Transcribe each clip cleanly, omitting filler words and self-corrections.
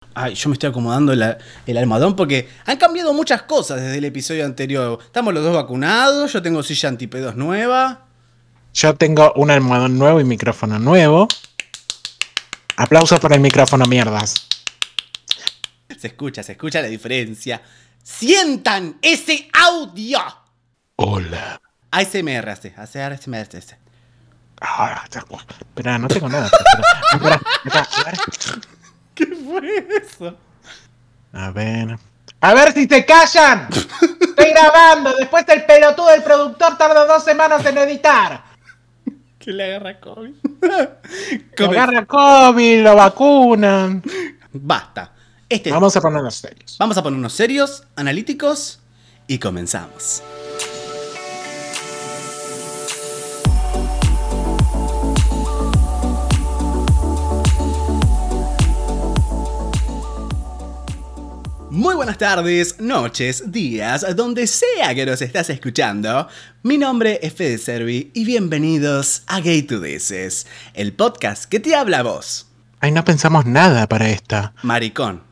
Ay, yo me estoy acomodando el almohadón porque han cambiado muchas cosas desde el episodio anterior. Estamos los dos vacunados, yo tengo silla antipedos nueva. Yo tengo un almohadón nuevo y micrófono nuevo. Aplausos para el micrófono, mierdas. Se escucha la diferencia. ¡Sientan ese audio! Hola. ASMR, hace ASMR. Espera, no tengo nada. Espera. ¿Qué fue eso? A ver si se callan. Estoy grabando. Después el pelotudo del productor tarda 2 semanas en editar. Que le agarra COVID. Lo agarra COVID, lo vacunan. Basta. Vamos a ponernos serios. Vamos a ponernos serios, analíticos y comenzamos. Muy buenas tardes, noches, días, donde sea que nos estás escuchando. Mi nombre es Fede Servi y bienvenidos a Gay to This, el podcast que te habla a vos. Ay, no pensamos nada para esta. Maricón.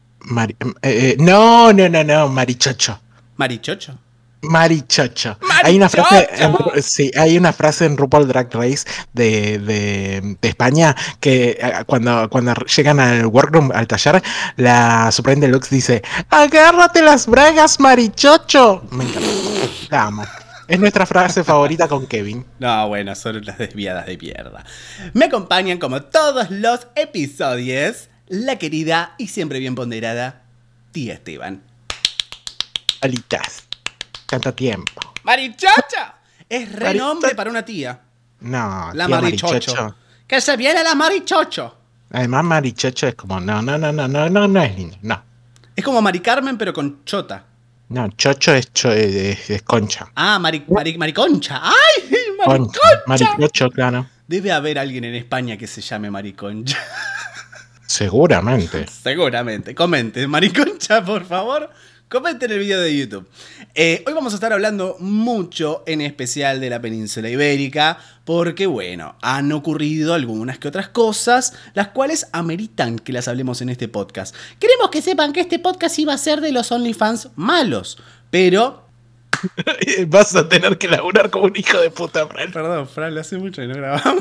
No, marichocho. ¿Marichocho? Marichocho. ¡Marichocho! Hay una frase en RuPaul Drag Race de España que cuando llegan al workroom, al taller, la Supreme Deluxe dice: agárrate las bragas, marichocho. Me encanta. La amo. Es nuestra frase favorita con Kevin. No, bueno, son las desviadas de mierda. Me acompañan como todos los episodios la querida y siempre bien ponderada tía Esteban. Alitas. Tanto tiempo. ¡Marichocha! Es renombre para una tía. No, La tía Marichocho. ¡Que se viene la Marichocho! Además, marichocho es como, no es lindo, no. Es como Mari Carmen, pero con chota. No, chocho es concha. Ah, mariconcha. ¡Ay! ¡Mariconcha! Marichocho, claro. Debe haber alguien en España que se llame Mariconcha. Seguramente. Seguramente. Comenten, Mariconcha, por favor. Comenten el video de YouTube. Hoy vamos a estar hablando mucho, en especial de la península ibérica, porque, bueno, han ocurrido algunas que otras cosas, las cuales ameritan que las hablemos en este podcast. Queremos que sepan que este podcast iba a ser de los OnlyFans malos, pero... Vas a tener que laburar como un hijo de puta, Fran. Perdón, Fran, lo hace mucho y no grabamos.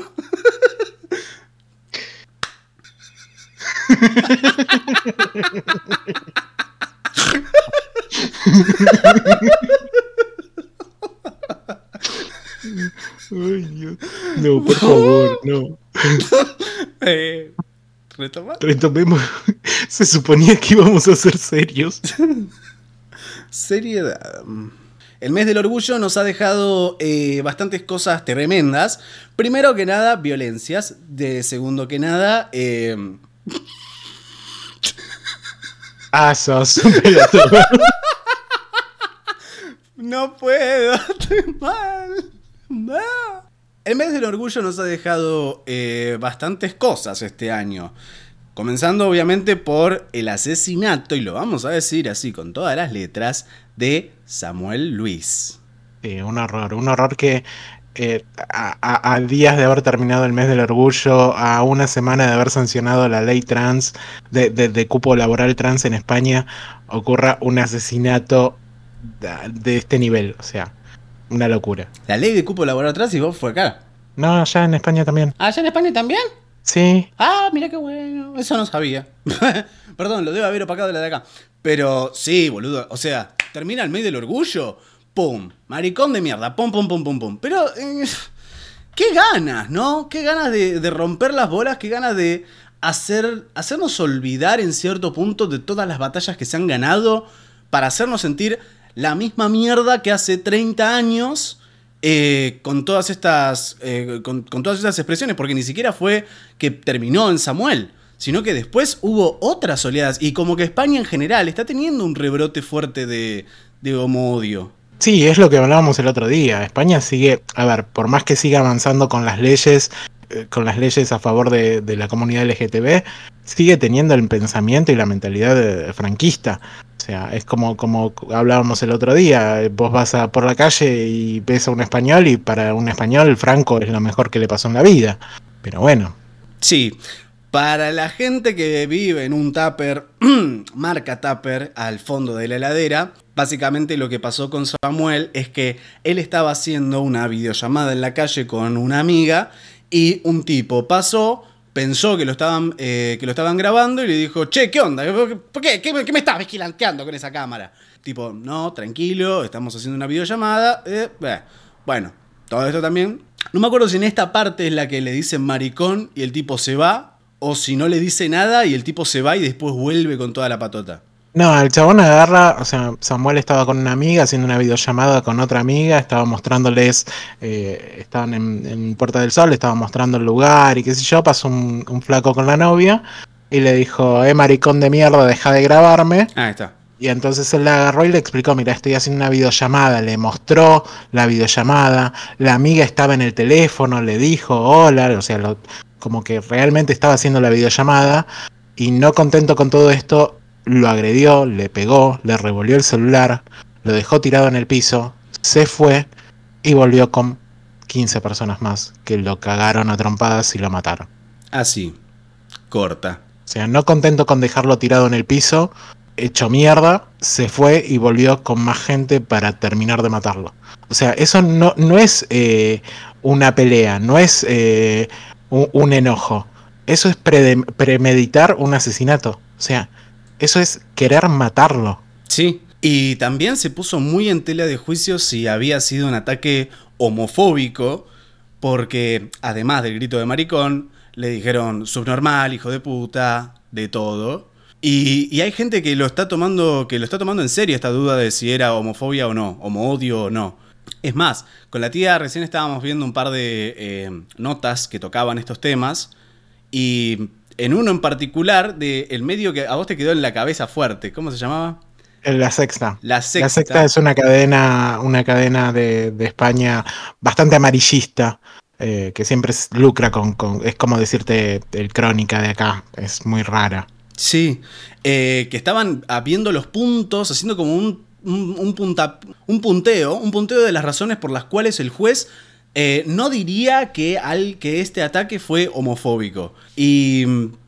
Ay, Dios. No, por favor, no. Retomemos. Se suponía que íbamos a ser serios. Seriedad. El mes del orgullo nos ha dejado bastantes cosas tremendas. Primero que nada, violencias. Segundo que nada, sos un pelotudo. No puedo, estoy mal. No. El mes del orgullo nos ha dejado bastantes cosas este año. Comenzando obviamente por el asesinato, y lo vamos a decir así con todas las letras, de Samuel Luis. Sí, un horror que a días de haber terminado el mes del orgullo, a una semana de haber sancionado la ley trans, de cupo laboral trans en España, ocurra un asesinato de este nivel, o sea, una locura. La ley de cupo laboral trans y vos fue acá. No, allá en España también. ¿Allá en España también? Sí. Ah, mira qué bueno. Eso no sabía. Perdón, lo debo haber opacado la de acá. Pero sí, boludo. O sea, termina el mes del orgullo. Pum. Maricón de mierda. Pum, pum, pum, pum, pum. Pero, qué ganas, ¿no? Qué ganas de romper las bolas. Qué ganas de hacernos olvidar en cierto punto de todas las batallas que se han ganado para hacernos sentir la misma mierda que hace 30 años. Con todas estas con todas estas expresiones, porque ni siquiera fue que terminó en Samuel, sino que después hubo otras oleadas, y como que España en general está teniendo un rebrote fuerte de homo-odio. Sí, es lo que hablábamos el otro día. España sigue, a ver, por más que siga avanzando con las leyes a favor de la comunidad LGTB, sigue teniendo el pensamiento y la mentalidad franquista. O sea, es como hablábamos el otro día, vos vas por la calle y ves a un español, y para un español Franco es lo mejor que le pasó en la vida. Pero bueno. Sí, Para la gente que vive en un tupper, marca tupper, al fondo de la heladera, básicamente lo que pasó con Samuel es que él estaba haciendo una videollamada en la calle con una amiga y un tipo pasó, pensó que lo estaban grabando y le dijo, che, ¿qué onda? ¿Por qué? ¿Qué me estás vigilanteando con esa cámara? Tipo, no, tranquilo, estamos haciendo una videollamada. Bueno, todo esto también. No me acuerdo si en esta parte es la que le dicen maricón y el tipo se va, o si no le dice nada y el tipo se va y después vuelve con toda la patota. No, el chabón agarra, o sea, Samuel estaba con una amiga haciendo una videollamada con otra amiga, estaba mostrándoles, estaban en Puerta del Sol, estaba mostrando el lugar y qué sé yo, pasó un flaco con la novia y le dijo, maricón de mierda, deja de grabarme. Ahí está. Y entonces él la agarró y le explicó, mira, estoy haciendo una videollamada, le mostró la videollamada, la amiga estaba en el teléfono, le dijo hola, o sea, como que realmente estaba haciendo la videollamada y no contento con todo esto, lo agredió, le pegó, le revolvió el celular, lo dejó tirado en el piso, se fue y volvió con 15 personas más que lo cagaron a trompadas y lo mataron. Así, corta. O sea, no contento con dejarlo tirado en el piso, hecho mierda, se fue y volvió con más gente para terminar de matarlo. O sea, eso no es una pelea, no es un enojo. Eso es premeditar un asesinato. O sea, eso es querer matarlo. Sí, y también se puso muy en tela de juicio si había sido un ataque homofóbico, porque además del grito de maricón, le dijeron subnormal, hijo de puta, de todo. Y hay gente que lo está tomando en serio esta duda de si era homofobia o no, homo-odio o no. Es más, con la tía recién estábamos viendo un par de notas que tocaban estos temas y en uno en particular de el medio que a vos te quedó en la cabeza fuerte, ¿cómo se llamaba? La Sexta. La Sexta. La Sexta es una cadena de España bastante amarillista, que siempre lucra es como decirte el Crónica de acá, es muy rara. Sí, que estaban viendo los puntos, haciendo como un punteo de las razones por las cuales el juez no diría que este ataque fue homofóbico. Y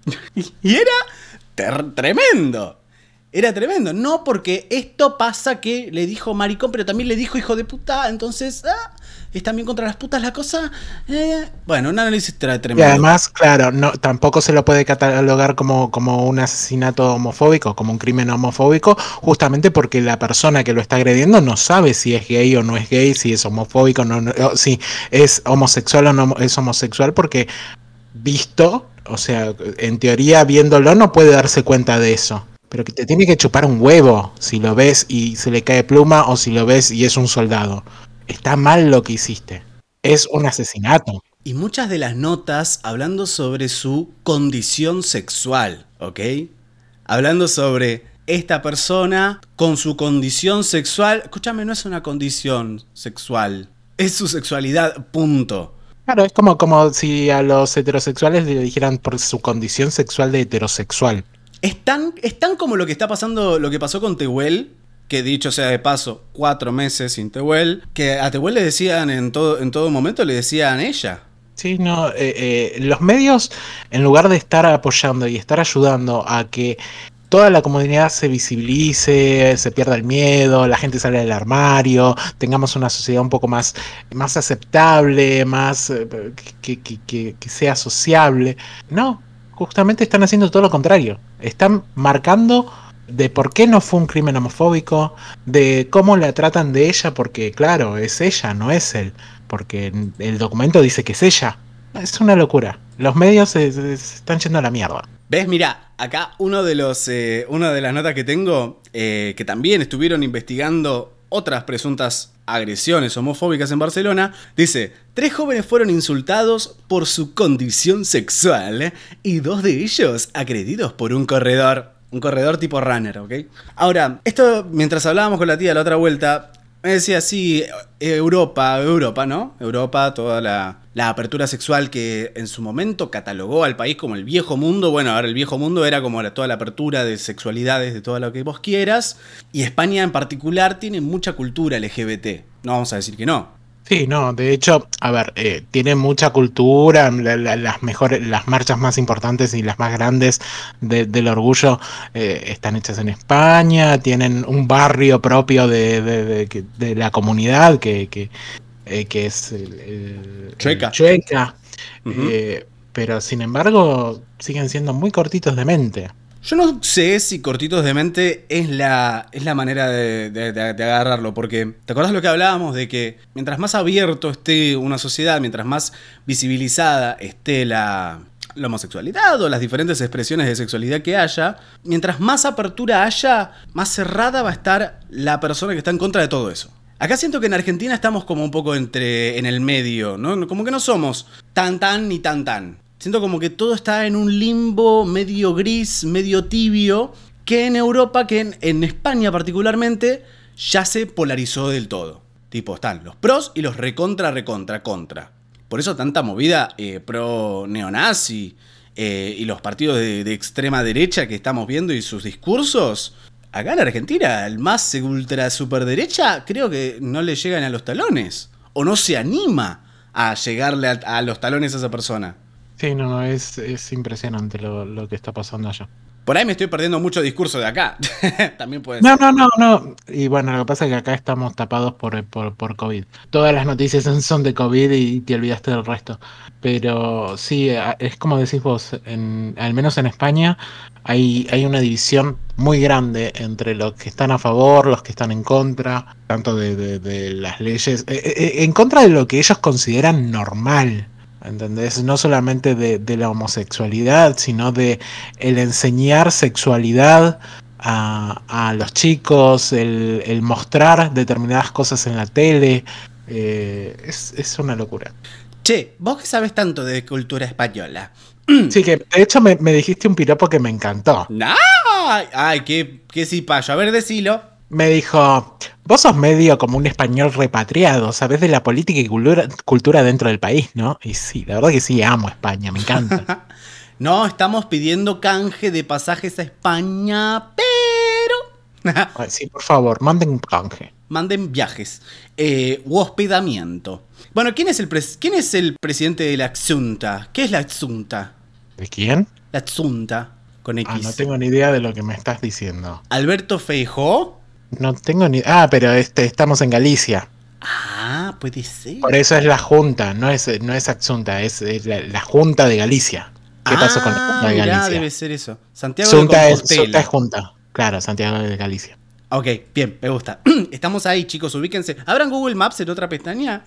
era tremendo. Era tremendo. No porque esto pasa que le dijo maricón, pero también le dijo hijo de puta. Entonces, ¿es también contra las putas la cosa? Bueno, un análisis tremendo. Y además, claro, tampoco se lo puede catalogar como un asesinato homofóbico, como un crimen homofóbico, justamente porque la persona que lo está agrediendo no sabe si es gay o no es gay, si es homofóbico o si es homosexual o no es homosexual, porque visto, o sea, en teoría viéndolo no puede darse cuenta de eso. Pero que te tiene que chupar un huevo si lo ves y se le cae pluma o si lo ves y es un soldado. Está mal lo que hiciste. Es un asesinato. Y muchas de las notas hablando sobre su condición sexual, ¿ok? Hablando sobre esta persona con su condición sexual. Escúchame, no es una condición sexual. Es su sexualidad, punto. Claro, es como si a los heterosexuales le dijeran por su condición sexual de heterosexual. Es tan como lo que está pasando, lo que pasó con Tehuel, que dicho sea de paso, 4 meses sin Tehuel, que a Tehuel le decían en todo momento, le decían ella. Sí, no, los medios, en lugar de estar apoyando y estar ayudando a que toda la comunidad se visibilice, se pierda el miedo, la gente salga del armario, tengamos una sociedad un poco más aceptable, más que sea sociable, no. Justamente están haciendo todo lo contrario. Están marcando de por qué no fue un crimen homofóbico, de cómo la tratan de ella, porque claro, es ella, no es él. Porque el documento dice que es ella. Es una locura. Los medios se están yendo a la mierda. ¿Ves? Mira, acá una de las notas que tengo, que también estuvieron investigando otras presuntas agresiones homofóbicas en Barcelona, dice: 3 jóvenes fueron insultados por su condición sexual y 2 de ellos agredidos por un corredor. Un corredor tipo runner, ¿ok? Ahora, esto mientras hablábamos con la tía la otra vuelta, me decía, sí, Europa, ¿no? Europa, toda la apertura sexual que en su momento catalogó al país como el viejo mundo. Bueno, ahora el viejo mundo era como toda la apertura de sexualidades, de todo lo que vos quieras. Y España en particular tiene mucha cultura LGBT. No vamos a decir que no. Sí, no, de hecho, a ver, tiene mucha cultura, las mejores, las marchas más importantes y las más grandes del orgullo están hechas en España, tienen un barrio propio de la comunidad que es el Chueca. Chueca, Ujú. pero sin embargo siguen siendo muy cortitos de mente. Yo no sé si cortitos de mente es la manera de agarrarlo, porque ¿te acordás lo que hablábamos de que mientras más abierto esté una sociedad, mientras más visibilizada esté la homosexualidad o las diferentes expresiones de sexualidad que haya, mientras más apertura haya, más cerrada va a estar la persona que está en contra de todo eso? Acá siento que en Argentina estamos como un poco en el medio, ¿no? Como que no somos tan ni tan. Siento como que todo está en un limbo medio gris, medio tibio, que en Europa, en España particularmente, ya se polarizó del todo. Tipo, están los pros y los contra. Por eso tanta movida pro neonazi y los partidos de extrema derecha que estamos viendo y sus discursos. Acá en Argentina, el más ultra super derecha creo que no le llegan a los talones. O no se anima a llegarle a los talones a esa persona. Sí, no, es impresionante lo que está pasando allá. Por ahí me estoy perdiendo mucho discurso de acá. También puede No, ser. no, no, no. Y bueno, lo que pasa es que acá estamos tapados por COVID. Todas las noticias son de COVID y te olvidaste del resto. Pero sí, es como decís vos, al menos en España hay una división muy grande entre los que están a favor, los que están en contra, tanto de las leyes, en contra de lo que ellos consideran normal. ¿Entendés? No solamente de la homosexualidad, sino de el enseñar sexualidad a los chicos, el mostrar determinadas cosas en la tele, es una locura. Che, vos que sabes tanto de cultura española. Sí, que de hecho me dijiste un piropo que me encantó. Ay, qué cipayo. A ver, decilo. Me dijo, vos sos medio como un español repatriado, sabés de la política y cultura dentro del país, ¿no? Y sí, la verdad que sí, amo España, me encanta. No, estamos pidiendo canje de pasajes a España, pero... Ay, sí, por favor, manden un canje. Manden viajes. U hospedamiento. Bueno, ¿quién es el presidente de la Xunta? ¿Qué es la Xunta? ¿De quién? La Xunta, con Ah, no X. tengo ni idea de lo que me estás diciendo. ¿Alberto Feijó? No tengo ni... Ah, pero estamos en Galicia. Ah, puede ser. Por eso es la Junta, no es Axunta, es la Junta de Galicia. ¿Qué pasó con la Ah, Junta de mirá, Galicia? debe ser eso. Santiago de Junta es Compostela. Junta. Claro, Santiago de Galicia. Ok, bien, me gusta. Estamos ahí, chicos, ubíquense. ¿Abran Google Maps en otra pestaña?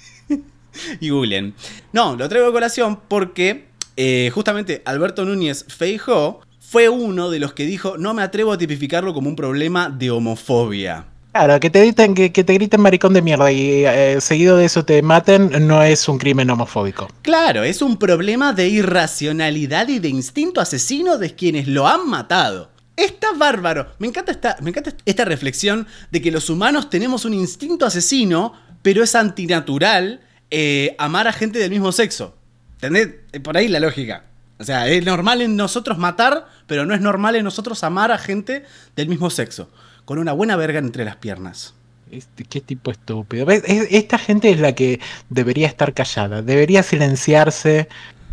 Y googlen. No, lo traigo a colación porque justamente Alberto Núñez Feijóo fue uno de los que dijo: no me atrevo a tipificarlo como un problema de homofobia. Claro, que te griten, que te griten maricón de mierda y seguido de eso te maten, no es un crimen homofóbico. Claro, es un problema de irracionalidad y de instinto asesino de quienes lo han matado. Está bárbaro. Me encanta esta reflexión de que los humanos tenemos un instinto asesino, pero es antinatural amar a gente del mismo sexo. ¿Entendés? Por ahí la lógica. O sea, es normal en nosotros matar, pero no es normal en nosotros amar a gente del mismo sexo. Con una buena verga entre las piernas. Qué tipo estúpido. ¿Ves? Esta gente es la que debería estar callada, debería silenciarse.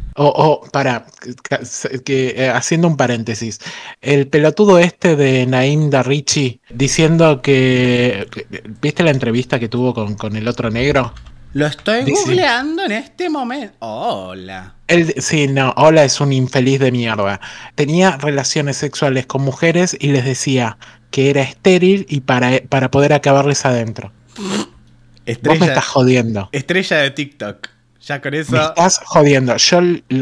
Haciendo un paréntesis, el pelotudo este de Naim Darrichi diciendo ¿viste la entrevista que tuvo con el otro negro? Lo estoy Dice, googleando en este momento. Hola. sí, no, Hola es un infeliz de mierda. Tenía relaciones sexuales con mujeres y les decía que era estéril y para poder acabarles adentro. Vos me Estrella, estás jodiendo. estrella de TikTok. Ya con Me eso. estás jodiendo. Yo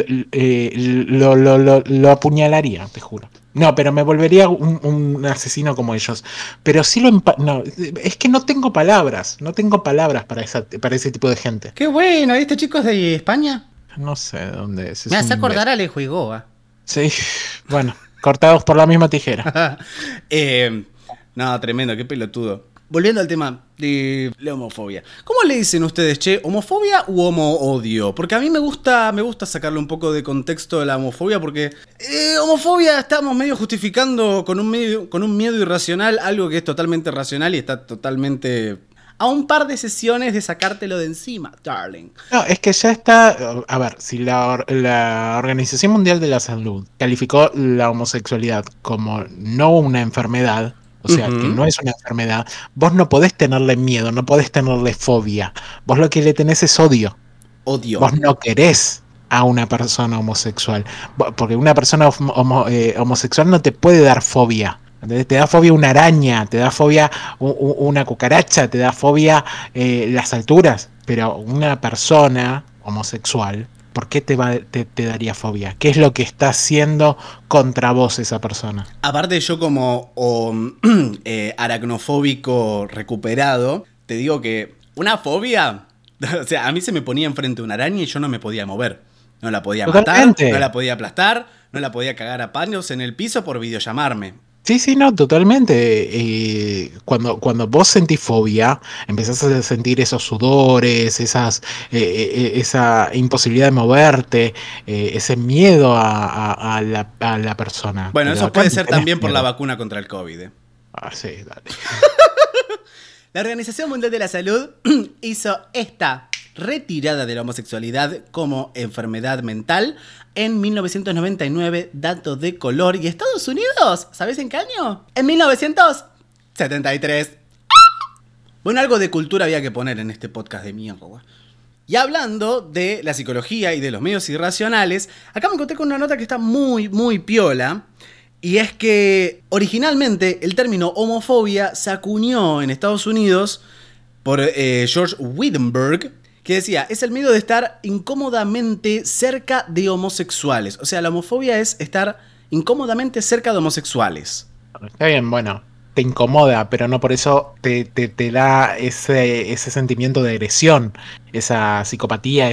lo apuñalaría, te juro. No, pero me volvería un asesino como ellos. Pero sí no, es que no tengo palabras. No tengo palabras para ese tipo de gente. Qué bueno, ¿este chico es de España? No sé de dónde es. Me Es hace un acordar a Alejo Igoa. Sí, bueno, cortados por la misma tijera. No, tremendo, qué pelotudo. Volviendo al tema de la homofobia. ¿Cómo le dicen ustedes, che? ¿Homofobia u homo-odio? Porque a mí me gusta sacarle un poco de contexto de la homofobia porque homofobia estamos medio justificando con un miedo irracional algo que es totalmente racional y está totalmente a un par de sesiones de sacártelo de encima, darling. No, es que ya está. A ver, si la Organización Mundial de la Salud calificó la homosexualidad como no una enfermedad, o sea, que no es una enfermedad, vos no podés tenerle miedo, no podés tenerle fobia. Vos lo que le tenés es odio. Odio. Vos no querés a una persona homosexual. Porque una persona homosexual no te puede dar fobia. ¿Entendés? Te da fobia una araña, te da fobia una cucaracha, te da fobia las alturas. Pero una persona homosexual, ¿por qué te daría fobia? ¿Qué es lo que está haciendo contra vos esa persona? Aparte, yo como aracnofóbico recuperado, te digo que una fobia, o sea, a mí se me ponía enfrente una araña y yo no me podía mover. No la podía Totalmente. matar, no la podía aplastar, no la podía cagar a palos en el piso por videollamarme. Sí, no, totalmente. Cuando vos sentís fobia, empezás a sentir esos sudores, esa imposibilidad de moverte, ese miedo a la persona. Bueno, Pero eso acá puede no ser tenés también por la miedo. vacuna contra el COVID. Ah, sí, dale. La Organización Mundial de la Salud hizo esta retirada de la homosexualidad como enfermedad mental en 1999, dato de color. ¿Y Estados Unidos? ¿Sabes en qué año? En 1973. Bueno, algo de cultura había que poner en este podcast de mierda. Y hablando de la psicología y de los medios irracionales, acá me encontré con una nota que está muy, muy piola. Y es que originalmente el término homofobia se acuñó en Estados Unidos por George Wittenberg, que decía, es el miedo de estar incómodamente cerca de homosexuales. O sea, la homofobia es estar incómodamente cerca de homosexuales. Está bien, bueno, te incomoda, pero no por eso te da ese sentimiento de agresión, esa psicopatía,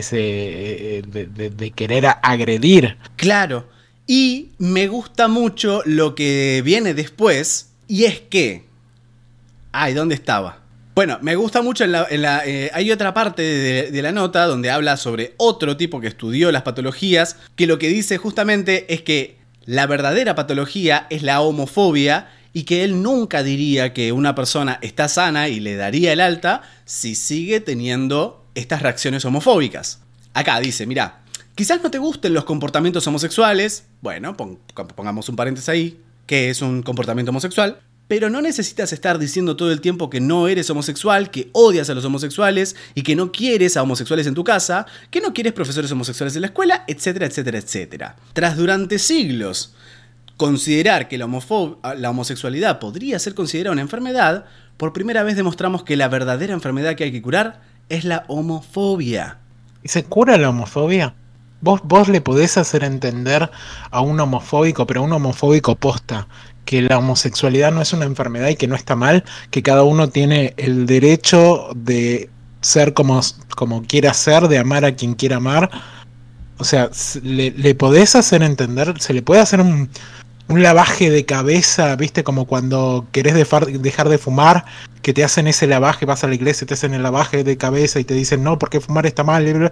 de querer agredir. Claro. Y me gusta mucho lo que viene después, y es que... Ay, ¿dónde estaba? Bueno, me gusta mucho hay otra parte de la nota donde habla sobre otro tipo que estudió las patologías, que lo que dice justamente es que la verdadera patología es la homofobia y que él nunca diría que una persona está sana y le daría el alta si sigue teniendo estas reacciones homofóbicas. Acá dice, mirá, quizás no te gusten los comportamientos homosexuales, bueno, pongamos un paréntesis ahí, que es un comportamiento homosexual, pero no necesitas estar diciendo todo el tiempo que no eres homosexual, que odias a los homosexuales y que no quieres a homosexuales en tu casa, que no quieres profesores homosexuales en la escuela, etcétera, etcétera, etcétera. Tras durante siglos considerar que la homosexualidad podría ser considerada una enfermedad, por primera vez demostramos que la verdadera enfermedad que hay que curar es la homofobia. ¿Y se cura la homofobia? Vos le podés hacer entender a un homofóbico, pero a un homofóbico posta, que la homosexualidad no es una enfermedad y que no está mal, que cada uno tiene el derecho de ser como quiera ser, de amar a quien quiera amar. O sea, le podés hacer entender, se le puede hacer un lavaje de cabeza, ¿viste? Como cuando querés dejar de fumar, que te hacen ese lavaje, vas a la iglesia, te hacen el lavaje de cabeza y te dicen, no, porque fumar está mal,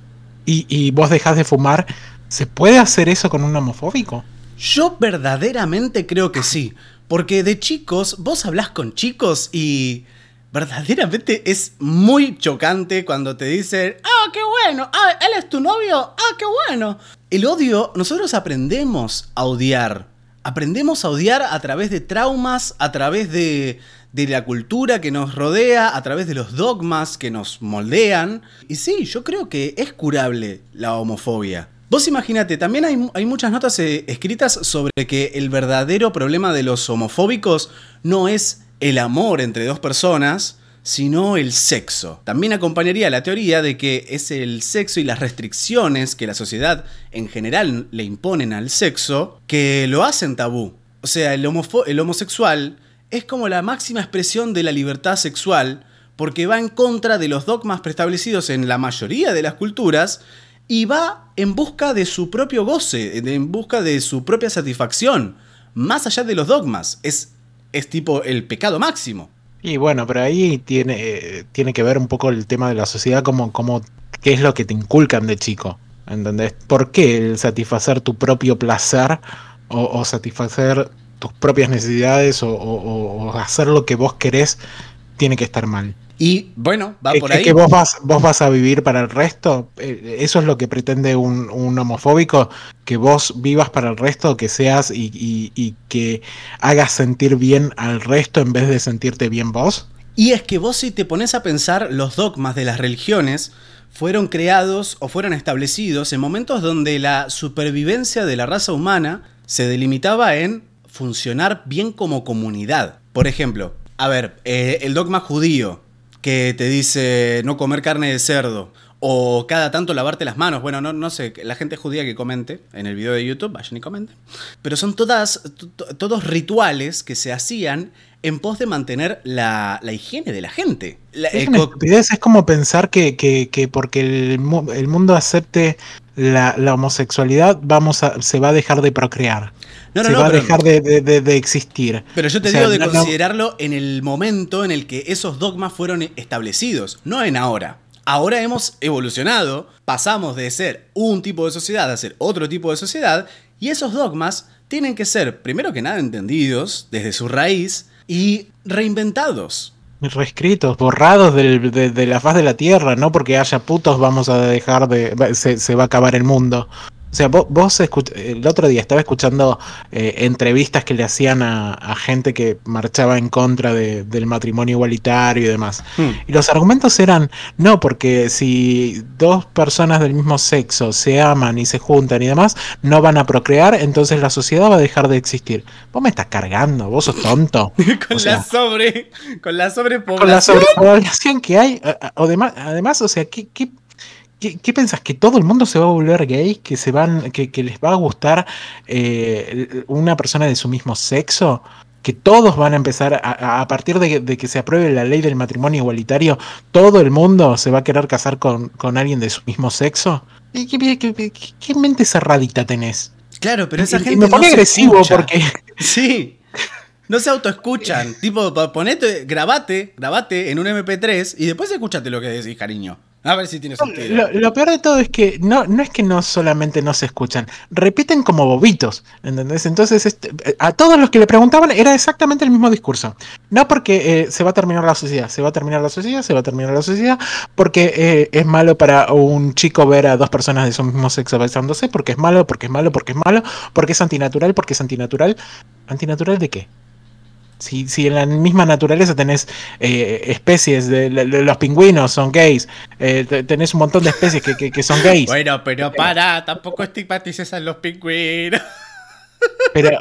y vos dejás de fumar. ¿Se puede hacer eso con un homofóbico? Yo verdaderamente creo que sí, porque de chicos, vos hablás con chicos y verdaderamente es muy chocante cuando te dicen, ¡ah, qué bueno! ¡Ah, él es tu novio! ¡Ah, qué bueno! El odio, nosotros aprendemos a odiar. Aprendemos a odiar a través de traumas, a través de la cultura que nos rodea, a través de los dogmas que nos moldean. Y sí, yo creo que es curable la homofobia. Vos imagínate, también hay muchas notas escritas sobre que el verdadero problema de los homofóbicos no es el amor entre dos personas, sino el sexo. También acompañaría la teoría de que es el sexo y las restricciones que la sociedad en general le imponen al sexo que lo hacen tabú. O sea, el homosexual es como la máxima expresión de la libertad sexual porque va en contra de los dogmas preestablecidos en la mayoría de las culturas y va en busca de su propio goce, en busca de su propia satisfacción, más allá de los dogmas. Es tipo el pecado máximo. Y bueno, pero ahí tiene que ver un poco el tema de la sociedad, como qué es lo que te inculcan de chico, ¿entendés? ¿Por qué el satisfacer tu propio placer o satisfacer tus propias necesidades o hacer lo que vos querés tiene que estar mal. Y bueno, va por Es ahí. que vos vas a vivir para el resto. Eso es lo que pretende un homofóbico, que vos vivas para el resto, que seas y que hagas sentir bien al resto en vez de sentirte bien vos. Y es que vos, si te pones a pensar, los dogmas de las religiones fueron creados o fueron establecidos en momentos donde la supervivencia de la raza humana se delimitaba en funcionar bien como comunidad. Por ejemplo, a ver, el dogma judío que te dice no comer carne de cerdo o cada tanto lavarte las manos. Bueno, no sé, la gente judía que comente en el video de YouTube, vayan y comenten. Pero son todos rituales que se hacían en pos de mantener la higiene de la gente. Es una estupidez, es como pensar que porque el mundo acepte la homosexualidad se va a dejar de procrear. Se va a dejar de existir. Pero yo te digo de considerarlo en el momento en el que esos dogmas fueron establecidos, no en ahora. Ahora hemos evolucionado, pasamos de ser un tipo de sociedad a ser otro tipo de sociedad, y esos dogmas tienen que ser, primero que nada, entendidos desde su raíz y reinventados. Reescritos, borrados de la faz de la tierra, no porque haya putos vamos a dejar se va a acabar el mundo. O sea, vos el otro día estaba escuchando entrevistas que le hacían a gente que marchaba en contra del matrimonio igualitario y demás. Y los argumentos eran, no, porque si dos personas del mismo sexo se aman y se juntan y demás, no van a procrear, entonces la sociedad va a dejar de existir. Vos me estás cargando, vos sos tonto. Con la sobrepoblación. Con la sobrepoblación que hay. Además, o sea, ¿qué pensás? ¿Que todo el mundo se va a volver gay? ¿Que les va a gustar una persona de su mismo sexo? ¿Que todos van a empezar a partir de que se apruebe la ley del matrimonio igualitario, todo el mundo se va a querer casar con alguien de su mismo sexo? ¿Qué mente cerradita tenés? Claro, pero esa gente me pone no agresivo porque... Sí. No se autoescuchan. Tipo, grabate en un MP3 y después escúchate lo que decís, cariño. A ver si tiene sentido. Lo peor de todo es que no es que no solamente no se escuchan, repiten como bobitos, ¿entendés? Entonces, a todos los que le preguntaban era exactamente el mismo discurso. No porque se va a terminar la sociedad, se va a terminar la sociedad, se va a terminar la sociedad, porque es malo para un chico ver a dos personas de su mismo sexo besándose, porque es malo, porque es malo, porque es malo, porque es antinatural, porque es antinatural. ¿Antinatural de qué? Si en la misma naturaleza tenés especies, los pingüinos son gays, tenés un montón de especies que son gays. Bueno, pero tampoco estigmatices a los pingüinos. Pero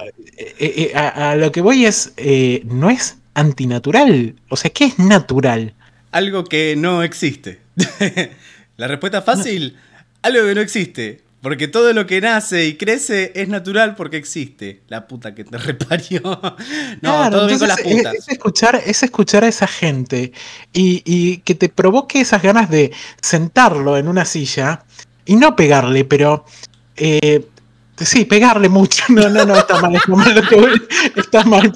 a lo que voy es, no es antinatural. O sea, ¿qué es natural? Algo que no existe. La respuesta fácil, algo que no existe. Porque todo lo que nace y crece es natural porque existe. La puta que te reparió. No, claro, todo bien con las putas. Es escuchar a esa gente y que te provoque esas ganas de sentarlo en una silla y no pegarle, pero... sí, pegarle mucho. No, está mal, está mal.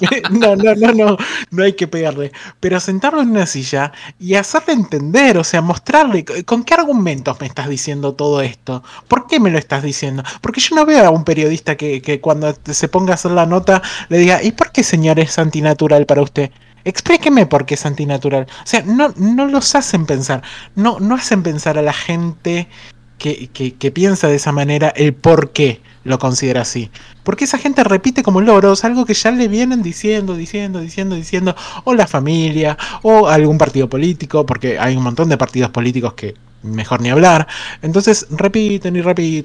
No hay que pegarle. Pero sentarlo en una silla y hacerle entender, o sea, mostrarle con qué argumentos me estás diciendo todo esto. ¿Por qué me lo estás diciendo? Porque yo no veo a un periodista que cuando se ponga a hacer la nota le diga, ¿y por qué, señor, es antinatural para usted? Explíqueme por qué es antinatural. O sea, no los hacen pensar. No hacen pensar a la gente que piensa de esa manera el por qué lo considera así. Porque esa gente repite como loros algo que ya le vienen diciendo, o la familia, o algún partido político, porque hay un montón de partidos políticos que mejor ni hablar. Entonces repiten.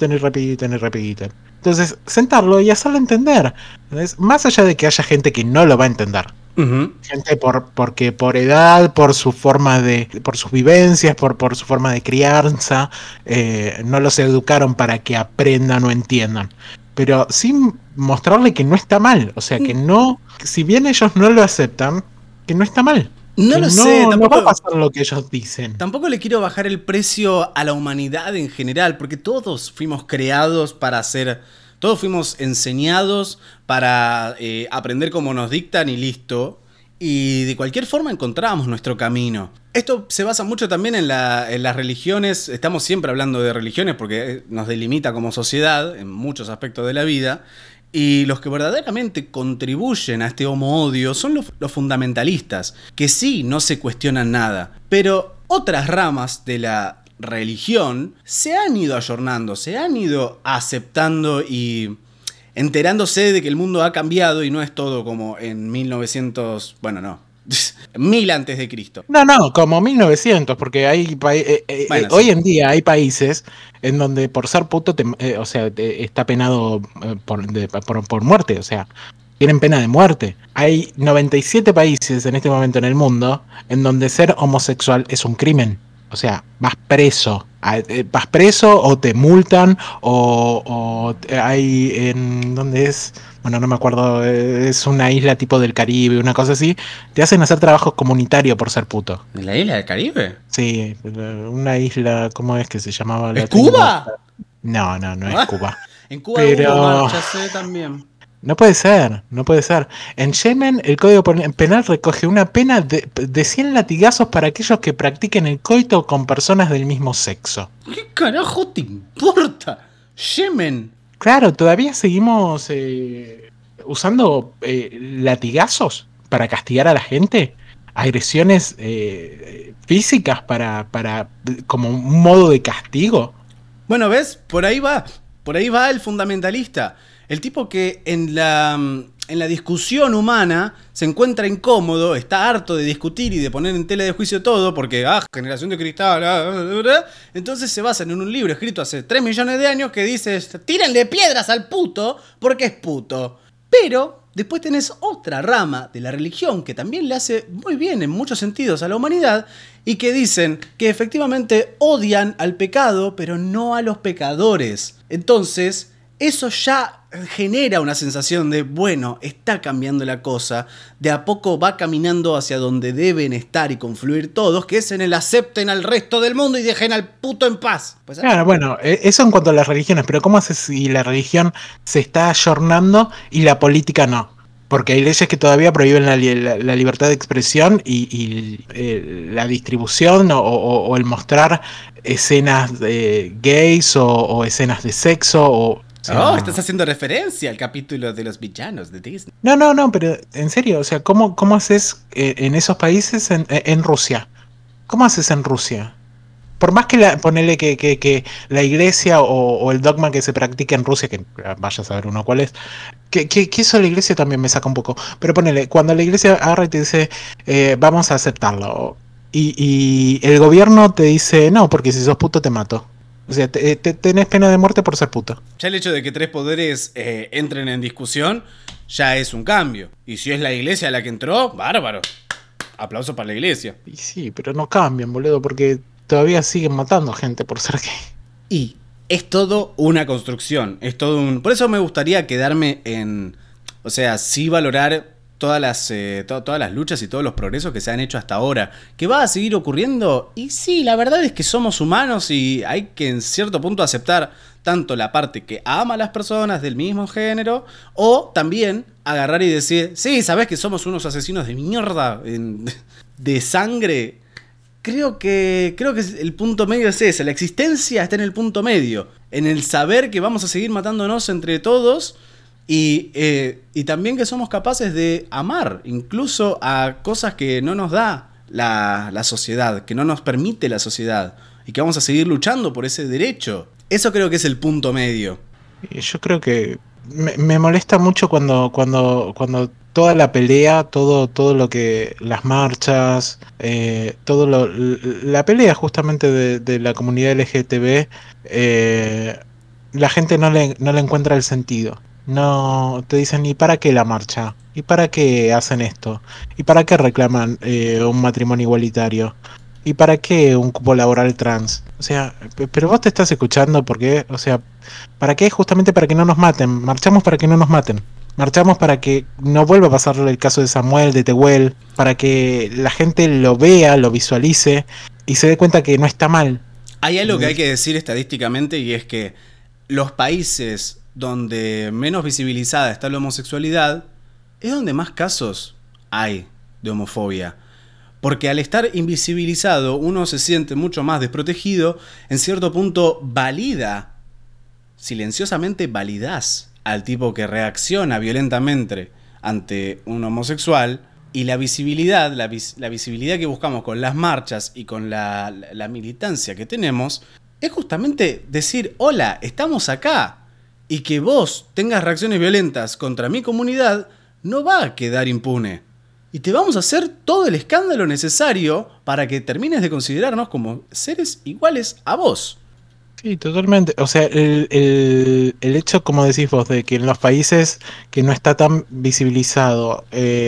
Entonces, sentarlo y hacerlo entender. Entonces, más allá de que haya gente que no lo va a entender. Gente porque por edad, por su forma por sus vivencias, por su forma de crianza, no los educaron para que aprendan o entiendan. Pero sin mostrarle que no está mal. O sea, que no, si bien ellos no lo aceptan, que no está mal. No sé, tampoco, no va a pasar lo que ellos dicen. Tampoco le quiero bajar el precio a la humanidad en general, porque todos fuimos creados para ser... Todos fuimos enseñados para aprender como nos dictan y listo. Y de cualquier forma encontramos nuestro camino. Esto se basa mucho también en las religiones. Estamos siempre hablando de religiones porque nos delimita como sociedad en muchos aspectos de la vida. Y los que verdaderamente contribuyen a este homo-odio son los fundamentalistas, que sí no se cuestionan nada. Pero otras ramas de la religión se han ido ayornando, se han ido aceptando y enterándose de que el mundo ha cambiado y no es todo como en 1900... Bueno, no. 1000 antes de Cristo. No, como 1900, porque hay Bueno, hoy sí. en día hay países en donde por ser puto, está penado por muerte, o sea, tienen pena de muerte. Hay 97 países en este momento en el mundo en donde ser homosexual es un crimen. O sea, vas preso o te multan o hay en ¿dónde es? Bueno, no me acuerdo, es una isla tipo del Caribe, una cosa así. Te hacen hacer trabajo comunitario por ser puto. ¿En la isla del Caribe? Sí, una isla, ¿cómo es que se llamaba? ¿Es La tengo. Cuba? No es Cuba. En Cuba hubo Pero marchas también. no puede ser, no puede ser. En Yemen el Código Penal recoge una pena de 100 latigazos para aquellos que practiquen el coito con personas del mismo sexo. ¿Qué carajo te importa? Yemen. Claro, todavía seguimos usando latigazos para castigar a la gente, agresiones físicas para como un modo de castigo. Bueno, ¿ves? Por ahí va. Por ahí va el fundamentalista. El tipo que en la discusión humana se encuentra incómodo, está harto de discutir y de poner en tela de juicio todo, porque, generación de cristal, entonces se basan en un libro escrito hace 3 millones de años que dice, tírenle piedras al puto porque es puto. Pero después tenés otra rama de la religión que también le hace muy bien en muchos sentidos a la humanidad y que dicen que efectivamente odian al pecado, pero no a los pecadores. Entonces, eso ya genera una sensación de, bueno, está cambiando la cosa, de a poco va caminando hacia donde deben estar y confluir todos, que es en el acepten al resto del mundo y dejen al puto en paz. Pues, Claro, bueno, eso en cuanto a las religiones, pero ¿cómo haces si la religión se está ayornando y la política no? Porque hay leyes que todavía prohíben la libertad de expresión y la distribución o el mostrar escenas gays o escenas de sexo o sea, estás haciendo referencia al capítulo de los villanos de Disney. no, pero en serio, o sea, ¿cómo haces en esos países en Rusia? ¿Cómo haces en Rusia? Por más que ponele que la iglesia o el dogma que se practica en Rusia, que vaya a saber uno cuál es, que eso la iglesia también me saca un poco. Pero ponele, cuando la iglesia agarra y te dice, vamos a aceptarlo, y el gobierno te dice, no, porque si sos puto te mato. O sea, tenés pena de muerte por ser puto. Ya el hecho de que 3 poderes entren en discusión ya es un cambio. Y si es la iglesia la que entró, bárbaro. Aplauso para la iglesia. Y sí, pero no cambian, boludo, porque todavía siguen matando gente por ser gay. Y es todo una construcción. Es todo un. Por eso me gustaría quedarme en. O sea, sí valorar todas las luchas y todos los progresos que se han hecho hasta ahora. ¿Que va a seguir ocurriendo? Y sí, la verdad es que somos humanos y hay que en cierto punto aceptar tanto la parte que ama a las personas del mismo género o también agarrar y decir, sí, ¿sabés que somos unos asesinos de mierda de sangre? Creo que el punto medio es ese. La existencia está en el punto medio. En el saber que vamos a seguir matándonos entre todos. Y también que somos capaces de amar. Incluso a cosas que no nos da la sociedad. Que no nos permite la sociedad. Y que vamos a seguir luchando por ese derecho. Eso creo que es el punto medio. Yo creo que me molesta mucho cuando toda la pelea, todo lo que las marchas, la pelea justamente de la comunidad LGTB, la gente no le encuentra el sentido. No te dicen, ¿y para qué la marcha? ¿Y para qué hacen esto? ¿Y para qué reclaman un matrimonio igualitario? ¿Y para qué un cupo laboral trans? O sea, pero vos te estás escuchando porque, o sea, ¿para qué? Justamente para que no nos maten. Marchamos para que no nos maten. Marchamos para que no vuelva a pasar el caso de Samuel, de Tehuel, para que la gente lo vea, lo visualice y se dé cuenta que no está mal. Hay algo que hay que decir estadísticamente y es que los países donde menos visibilizada está la homosexualidad es donde más casos hay de homofobia. Porque al estar invisibilizado uno se siente mucho más desprotegido, en cierto punto silenciosamente validás al tipo que reacciona violentamente ante un homosexual, y la visibilidad, la visibilidad que buscamos con las marchas y con la militancia que tenemos, es justamente decir, hola, estamos acá. Y que vos tengas reacciones violentas contra mi comunidad no va a quedar impune. Y te vamos a hacer todo el escándalo necesario para que termines de considerarnos como seres iguales a vos. Sí, totalmente. O sea, el hecho, como decís vos, de que en los países que no está tan visibilizado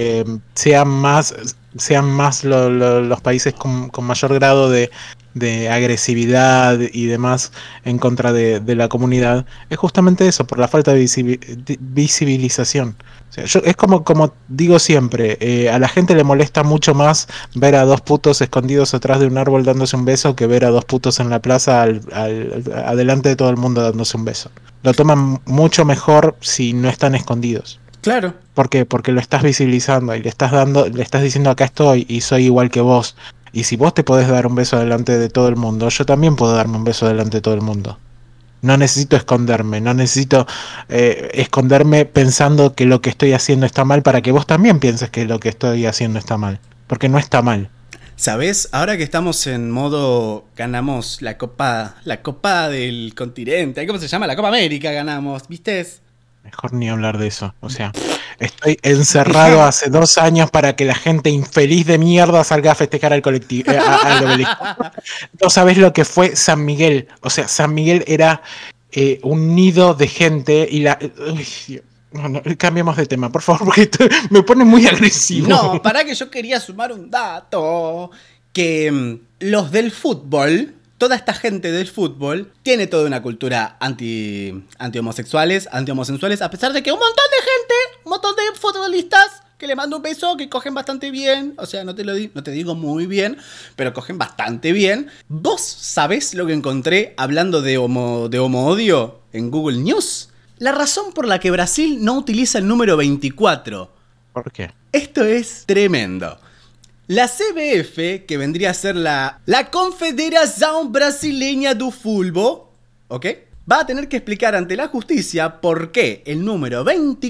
sean más los países con mayor grado de agresividad y demás en contra de la comunidad, es justamente eso, por la falta de visibilización. O sea, es como digo siempre, a la gente le molesta mucho más ver a dos putos escondidos atrás de un árbol dándose un beso que ver a dos putos en la plaza adelante de todo el mundo dándose un beso. Lo toman mucho mejor si no están escondidos. Claro. ¿Por qué? Porque lo estás visibilizando y le estás diciendo acá estoy y soy igual que vos. Y si vos te podés dar un beso delante de todo el mundo, yo también puedo darme un beso delante de todo el mundo. No necesito esconderme, no necesito esconderme pensando que lo que estoy haciendo está mal para que vos también pienses que lo que estoy haciendo está mal. Porque no está mal. ¿Sabés? Ahora que estamos en modo ganamos la copa del continente, ¿cómo se llama? La Copa América ganamos, ¿viste? Mejor ni hablar de eso. O sea, estoy encerrado hace 2 años para que la gente infeliz de mierda salga a festejar al colectivo, al obelisco. No sabés lo que fue San Miguel. O sea, San Miguel era un nido de gente y la... Uy, no, cambiemos de tema, por favor, porque esto me pone muy agresivo. No, para que yo quería sumar un dato. Que los del fútbol, toda esta gente del fútbol, tiene toda una cultura anti-homosexuales, anti-homosensuales, a pesar de que un montón de gente, un montón de futbolistas que le mando un beso, que cogen bastante bien. O sea, no te digo muy bien, pero cogen bastante bien. ¿Vos sabés lo que encontré hablando de homo-odio en Google News? La razón por la que Brasil no utiliza el número 24. ¿Por qué? Esto es tremendo. La CBF, que vendría a ser la Confederación Brasileña do Fútbol, ¿ok? Va a tener que explicar ante la justicia por qué el número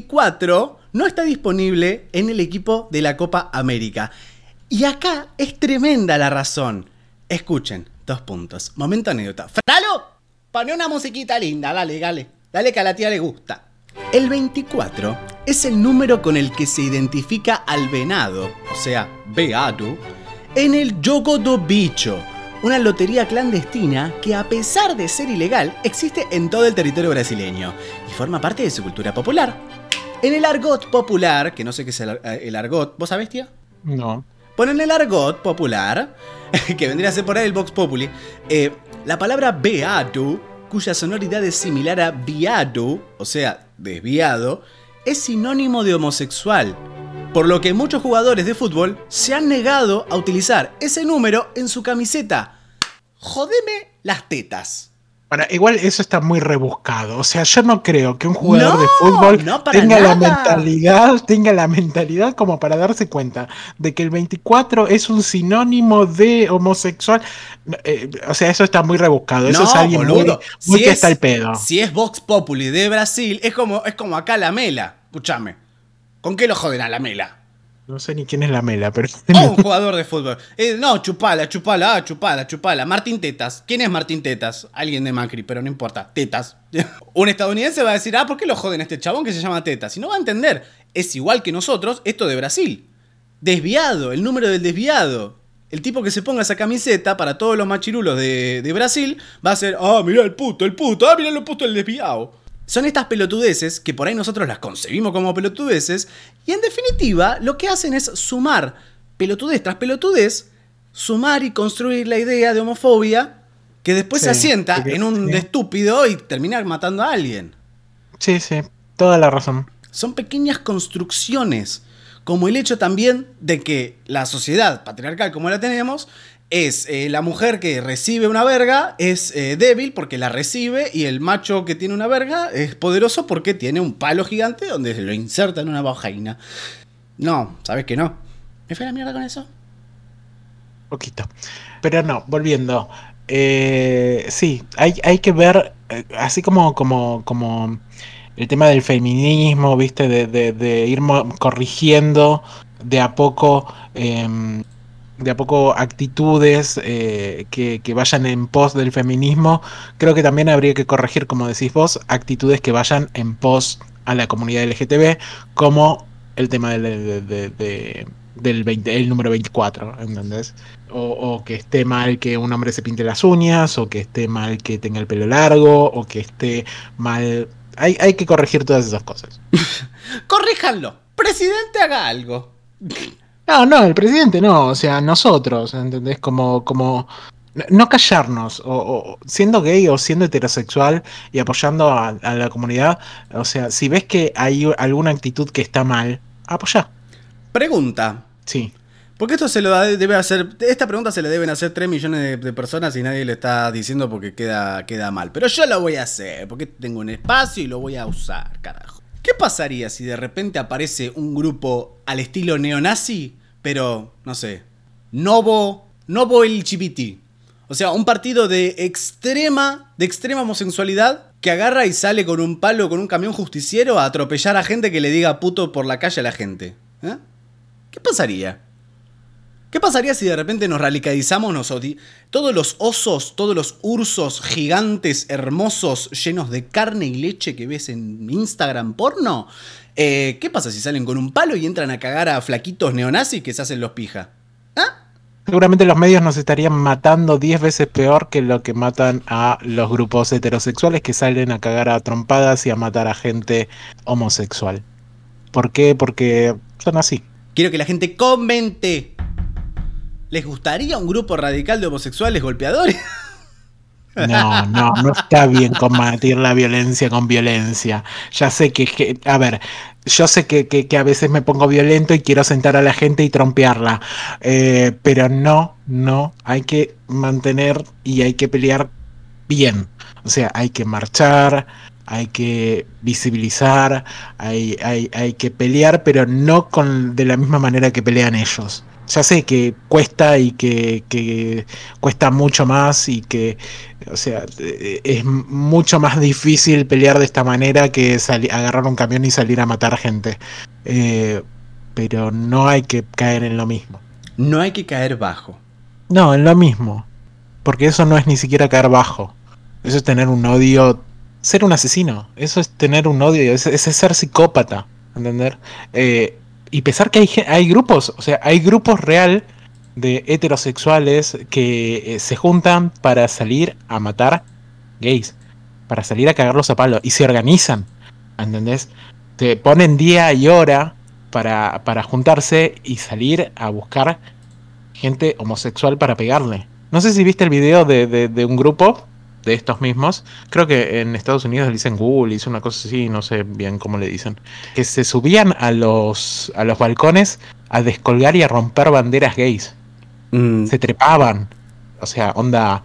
24 no está disponible en el equipo de la Copa América. Y acá es tremenda la razón. Escuchen, 2 puntos. Momento anécdota. ¡Fralo! Pone una musiquita linda, dale, dale. Dale que a la tía le gusta. El 24 es el número con el que se identifica al venado, o sea, veado, en el Jogo do Bicho, una lotería clandestina que, a pesar de ser ilegal, existe en todo el territorio brasileño y forma parte de su cultura popular. En el argot popular, que no sé qué es el argot, ¿vos sabés, tía? No. Bueno, en el argot popular, que vendría a ser por ahí el Vox Populi, la palabra beado, cuya sonoridad es similar a viado, o sea, desviado, es sinónimo de homosexual, por lo que muchos jugadores de fútbol se han negado a utilizar ese número en su camiseta. Jodeme las tetas. Bueno, igual eso está muy rebuscado. O sea, yo no creo que un jugador de fútbol tenga la mentalidad como para darse cuenta de que el 24 es un sinónimo de homosexual. O sea, eso está muy rebuscado. Eso es alguien boludo, muy que está el pedo. Si es Vox Populi de Brasil, es como acá la Mela. Escúchame. ¿Con qué lo joden a la Mela? No sé ni quién es la Mela, pero... O un jugador de fútbol. No, chupala. Martín Tetas. ¿Quién es Martín Tetas? Alguien de Macri, pero no importa. Tetas. Un estadounidense va a decir, ¿por qué lo joden a este chabón que se llama Tetas? Y no va a entender. Es igual que nosotros, esto de Brasil. Desviado, el número del desviado. El tipo que se ponga esa camiseta para todos los machirulos de Brasil va a ser, mirá el puto, mirá el puto, el desviado. Son estas pelotudeces que por ahí nosotros las concebimos como pelotudeces y en definitiva lo que hacen es sumar pelotudez tras pelotudez, sumar y construir la idea de homofobia que después se asienta en un de estúpido y termina matando a alguien. Sí, toda la razón. Son pequeñas construcciones, como el hecho también de que la sociedad patriarcal como la tenemos es la mujer que recibe una verga es débil porque la recibe y el macho que tiene una verga es poderoso porque tiene un palo gigante donde se lo inserta en una vagina. No, ¿sabes que no? ¿Me fue la mierda con eso? Poquito. Pero no, volviendo. Sí, hay que ver, así como el tema del feminismo, ¿viste? De ir corrigiendo de a poco, actitudes que vayan en pos del feminismo. Creo que también habría que corregir, como decís vos, actitudes que vayan en pos a la comunidad LGTB, como el tema del el número 24, ¿entendés? O que esté mal que un hombre se pinte las uñas, o que esté mal que tenga el pelo largo, o que esté mal... Hay que corregir todas esas cosas. Corríjanlo. Presidente, haga algo. No, el presidente no, o sea, nosotros, ¿entendés? Como no callarnos, o siendo gay o siendo heterosexual y apoyando a la comunidad, o sea, si ves que hay alguna actitud que está mal, apoyá. Pregunta. Sí. Porque esto se lo debe hacer. Esta pregunta se le deben hacer 3 millones de personas y nadie le está diciendo porque queda mal. Pero yo lo voy a hacer, porque tengo un espacio y lo voy a usar, carajo. ¿Qué pasaría si de repente aparece un grupo al estilo neonazi, pero, no sé, Novo LGBT? O sea, un partido de extrema homosexualidad que agarra y sale con un palo, con un camión justiciero a atropellar a gente que le diga puto por la calle a la gente. ¿Eh? ¿Qué pasaría? ¿Qué pasaría si de repente nos radicalizamos, todos los osos, todos los ursos gigantes, hermosos, llenos de carne y leche que ves en Instagram porno? ¿Qué pasa si salen con un palo y entran a cagar a flaquitos neonazis que se hacen los pija? ¿Ah? Seguramente los medios nos estarían matando 10 veces peor que lo que matan a los grupos heterosexuales que salen a cagar a trompadas y a matar a gente homosexual. ¿Por qué? Porque son así. Quiero que la gente comente. ¿Les gustaría un grupo radical de homosexuales golpeadores? No está bien combatir la violencia con violencia. Ya sé a ver, yo sé que a veces me pongo violento y quiero sentar a la gente y trompearla, pero no, hay que mantener y hay que pelear bien. O sea, hay que marchar, hay que visibilizar, hay que pelear, pero no de la misma manera que pelean ellos. Ya sé que cuesta y que cuesta mucho más y que, o sea, es mucho más difícil pelear de esta manera que agarrar un camión y salir a matar gente. Pero no hay que caer en lo mismo. No hay que caer bajo. No, en lo mismo. Porque eso no es ni siquiera caer bajo. Eso es tener un odio, ser un asesino. Eso es tener un odio, es ser psicópata, ¿entender? Y pensar que hay grupos, o sea, hay grupos real de heterosexuales que se juntan para salir a matar gays, para salir a cagarlos a palo, y se organizan, ¿entendés? Te ponen día y hora para juntarse y salir a buscar gente homosexual para pegarle. No sé si viste el video de un grupo de estos mismos. Creo que en Estados Unidos le dicen Google, hizo una cosa así, no sé bien cómo le dicen. Que se subían a los balcones a descolgar y a romper banderas gays. Se trepaban. O sea, onda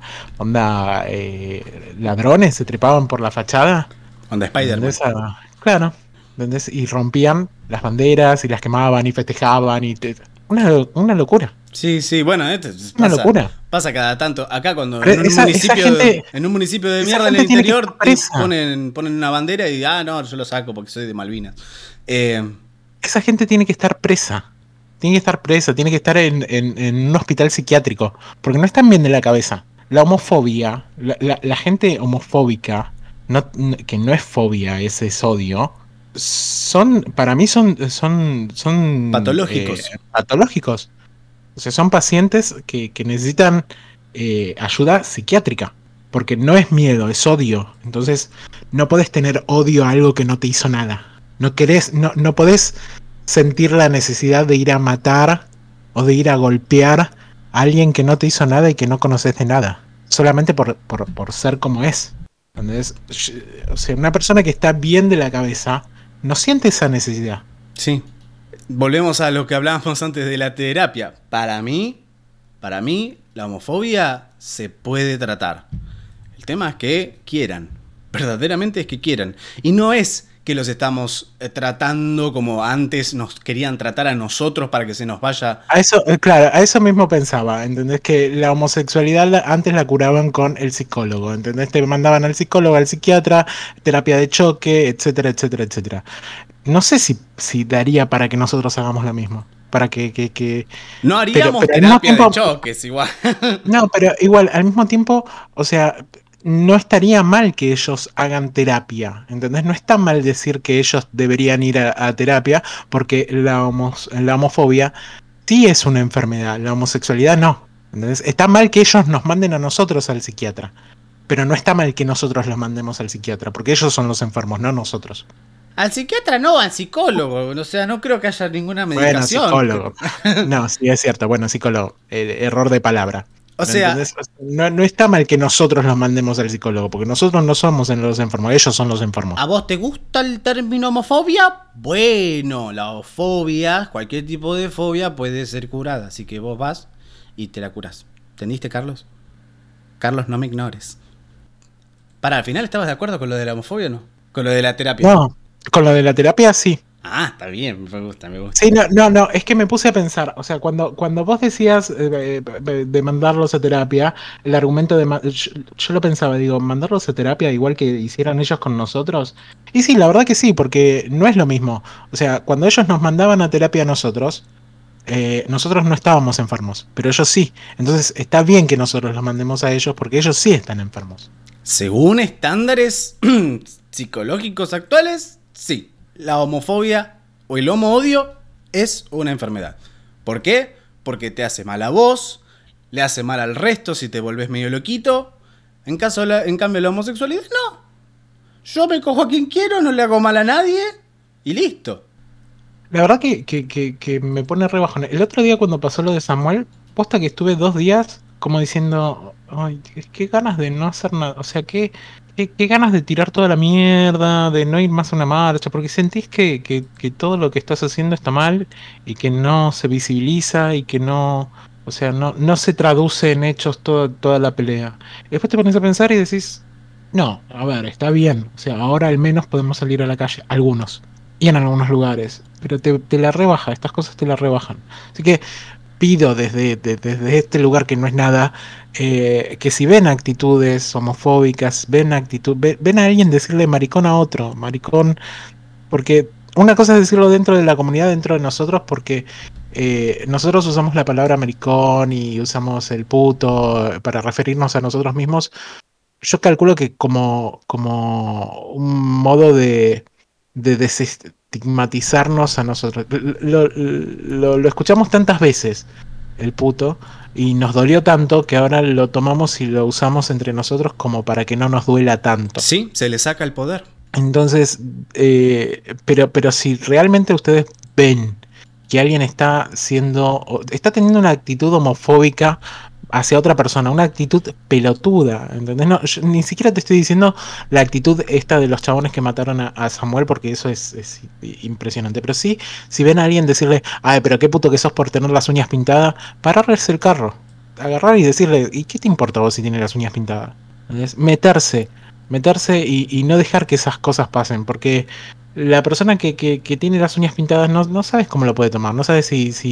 ladrones, se trepaban por la fachada. Onda Spider-Man. Claro. ¿Entendés? Y rompían las banderas y las quemaban y festejaban y una locura. Sí, bueno, Una locura. Pasa cada tanto. Acá cuando en un municipio de mierda en el interior ponen una bandera y no, yo lo saco porque soy de Malvinas. Esa gente tiene que estar presa. Tiene que estar presa, tiene que estar en un hospital psiquiátrico. Porque no están bien de la cabeza. La homofobia, la gente homofóbica, que no es fobia, es odio, para mí son patológicos. Patológicos. O sea, son pacientes que necesitan ayuda psiquiátrica. Porque no es miedo, es odio. Entonces, no podés tener odio a algo que no te hizo nada. No podés sentir la necesidad de ir a matar o de ir a golpear a alguien que no te hizo nada y que no conoces de nada. Solamente por ser como es. Entonces, o sea, una persona que está bien de la cabeza no siente esa necesidad. Sí. Volvemos a lo que hablábamos antes de la terapia. Para mí, la homofobia se puede tratar. El tema es que quieran. Verdaderamente es que quieran. Y no es que los estamos tratando como antes nos querían tratar a nosotros para que se nos vaya. A eso, claro, a eso mismo pensaba, ¿entendés? Que la homosexualidad antes la curaban con el psicólogo, ¿entendés? Te mandaban al psicólogo, al psiquiatra, terapia de choque, etcétera, etcétera, etcétera. No sé si daría para que nosotros hagamos lo mismo. Para que... No haríamos Pero al mismo terapia de tiempo, choques igual. no, pero igual, al mismo tiempo, o sea, no estaría mal que ellos hagan terapia, ¿entendés? No está mal decir que ellos deberían ir a terapia, porque la homofobia sí es una enfermedad, la homosexualidad no. ¿Entendés? Está mal que ellos nos manden a nosotros al psiquiatra, pero no está mal que nosotros los mandemos al psiquiatra, porque ellos son los enfermos, no nosotros. Al psiquiatra no, al psicólogo. O sea, no creo que haya ninguna Bueno, medicación. psicólogo. No, sí, es cierto. Bueno, psicólogo. Error de palabra. O ¿Me sea, entendés? O sea, no está mal que nosotros los mandemos al psicólogo, porque nosotros no somos los enfermos, ellos son los enfermos. ¿a vos te gusta el término homofobia? Bueno, la fobia, cualquier tipo de fobia puede ser curada. Así que vos vas y te la curás. ¿Entendiste, Carlos? Carlos, no me ignores. Para, al final estabas de acuerdo con lo de la homofobia o no? Con lo de la terapia. No, con lo de la terapia sí. Ah, está bien, me gusta, me gusta. Sí, no, es que me puse a pensar, o sea, cuando vos decías de mandarlos a terapia, el argumento yo lo pensaba, digo, mandarlos a terapia igual que hicieran ellos con nosotros. Y sí, la verdad que sí, porque no es lo mismo. O sea, cuando ellos nos mandaban a terapia a nosotros no estábamos enfermos, pero ellos sí. Entonces está bien que nosotros los mandemos a ellos porque ellos sí están enfermos. Según estándares psicológicos actuales, sí. La homofobia o el homo-odio es una enfermedad. ¿Por qué? Porque te hace mal a vos, le hace mal al resto si te volvés medio loquito. En cambio, la homosexualidad, no. Yo me cojo a quien quiero, no le hago mal a nadie y listo. La verdad que me pone re bajón. El otro día cuando pasó lo de Samuel, posta que estuve 2 días como diciendo, ay, qué ganas de no hacer nada. O sea, qué ganas de tirar toda la mierda, de no ir más a una marcha, porque sentís que todo lo que estás haciendo está mal y que no se visibiliza y que no, o sea, no se traduce en hechos toda la pelea. Y después te pones a pensar y decís, no, a ver, está bien. O sea, ahora al menos podemos salir a la calle, algunos y en algunos lugares, pero te la rebaja, estas cosas te la rebajan. Así que pido desde este lugar que no es nada, que si ven actitudes homofóbicas, ven a alguien decirle maricón a otro, maricón, porque una cosa es decirlo dentro de la comunidad, dentro de nosotros, porque nosotros usamos la palabra maricón y usamos el puto para referirnos a nosotros mismos. Yo calculo que como un modo de desestigmatizarnos a nosotros. Lo escuchamos tantas veces, el puto, y nos dolió tanto que ahora lo tomamos y lo usamos entre nosotros como para que no nos duela tanto. Sí, se le saca el poder. Entonces, pero si realmente ustedes ven que alguien está teniendo una actitud homofóbica hacia otra persona, una actitud pelotuda, ¿entendés? No, yo ni siquiera te estoy diciendo la actitud esta de los chabones que mataron a Samuel, porque eso es impresionante, pero sí, si ven a alguien decirle, ay, pero qué puto que sos por tener las uñas pintadas, pararles el carro, agarrar y decirle, ¿y qué te importa vos si tienes las uñas pintadas? ¿Entendés? Meterse y no dejar que esas cosas pasen, porque la persona que tiene las uñas pintadas no sabes cómo lo puede tomar, no sabes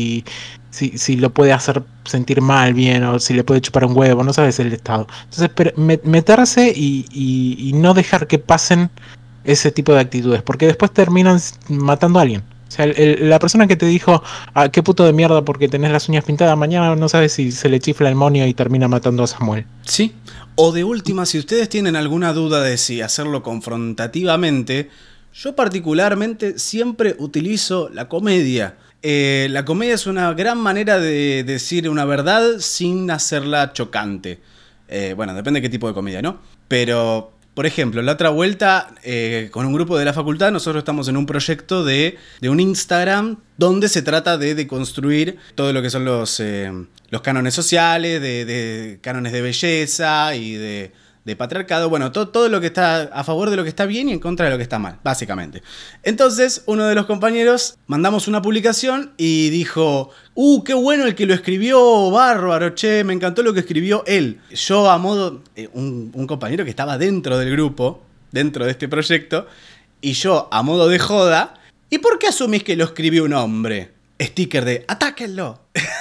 si lo puede hacer sentir mal, bien, o si le puede chupar un huevo, no sabes el estado. Entonces, meterse y no dejar que pasen ese tipo de actitudes, porque después terminan matando a alguien. O sea, la persona que te dijo, ah, qué puto de mierda porque tenés las uñas pintadas, mañana no sabes si se le chifla el monio y termina matando a Samuel. Sí. O de última, si ustedes tienen alguna duda de si hacerlo confrontativamente, yo particularmente siempre utilizo la comedia. La comedia es una gran manera de decir una verdad sin hacerla chocante. Bueno, depende de qué tipo de comedia, ¿no? Pero, por ejemplo, la otra vuelta, con un grupo de la facultad, nosotros estamos en un proyecto de un Instagram donde se trata de deconstruir todo lo que son los cánones sociales, de cánones de belleza y de patriarcado. Bueno, todo lo que está a favor de lo que está bien y en contra de lo que está mal, básicamente. Entonces, uno de los compañeros mandamos una publicación y dijo, qué bueno el que lo escribió, bárbaro, che, me encantó lo que escribió él. Yo a modo, un compañero que estaba dentro del grupo, dentro de este proyecto, Y yo, a modo de joda, ¿y por qué asumís que lo escribió un hombre? Sticker de ¡atáquenlo!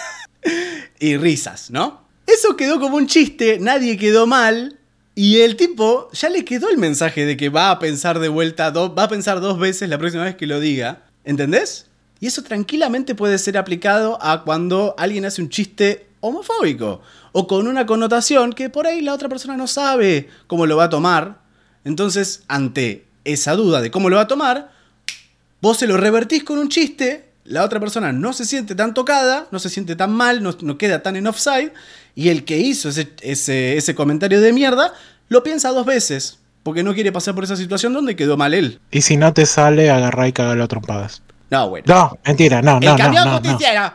Y risas, ¿no? Eso quedó como un chiste, nadie quedó mal. Y el tipo ya le quedó el mensaje de que va a pensar de vuelta, va a pensar 2 veces la próxima vez que lo diga. ¿Entendés? Y eso tranquilamente puede ser aplicado a cuando alguien hace un chiste homofóbico. O con una connotación que por ahí la otra persona no sabe cómo lo va a tomar. Entonces, ante esa duda de cómo lo va a tomar, vos se lo revertís con un chiste, la otra persona no se siente tan tocada, no se siente tan mal, no queda tan en offside, y el que hizo ese comentario de mierda lo piensa 2 veces, porque no quiere pasar por esa situación donde quedó mal él. Y si no te sale, agarrá y cagalo a trompadas. No, bueno. No, mentira, no. ¡El camión justiciero!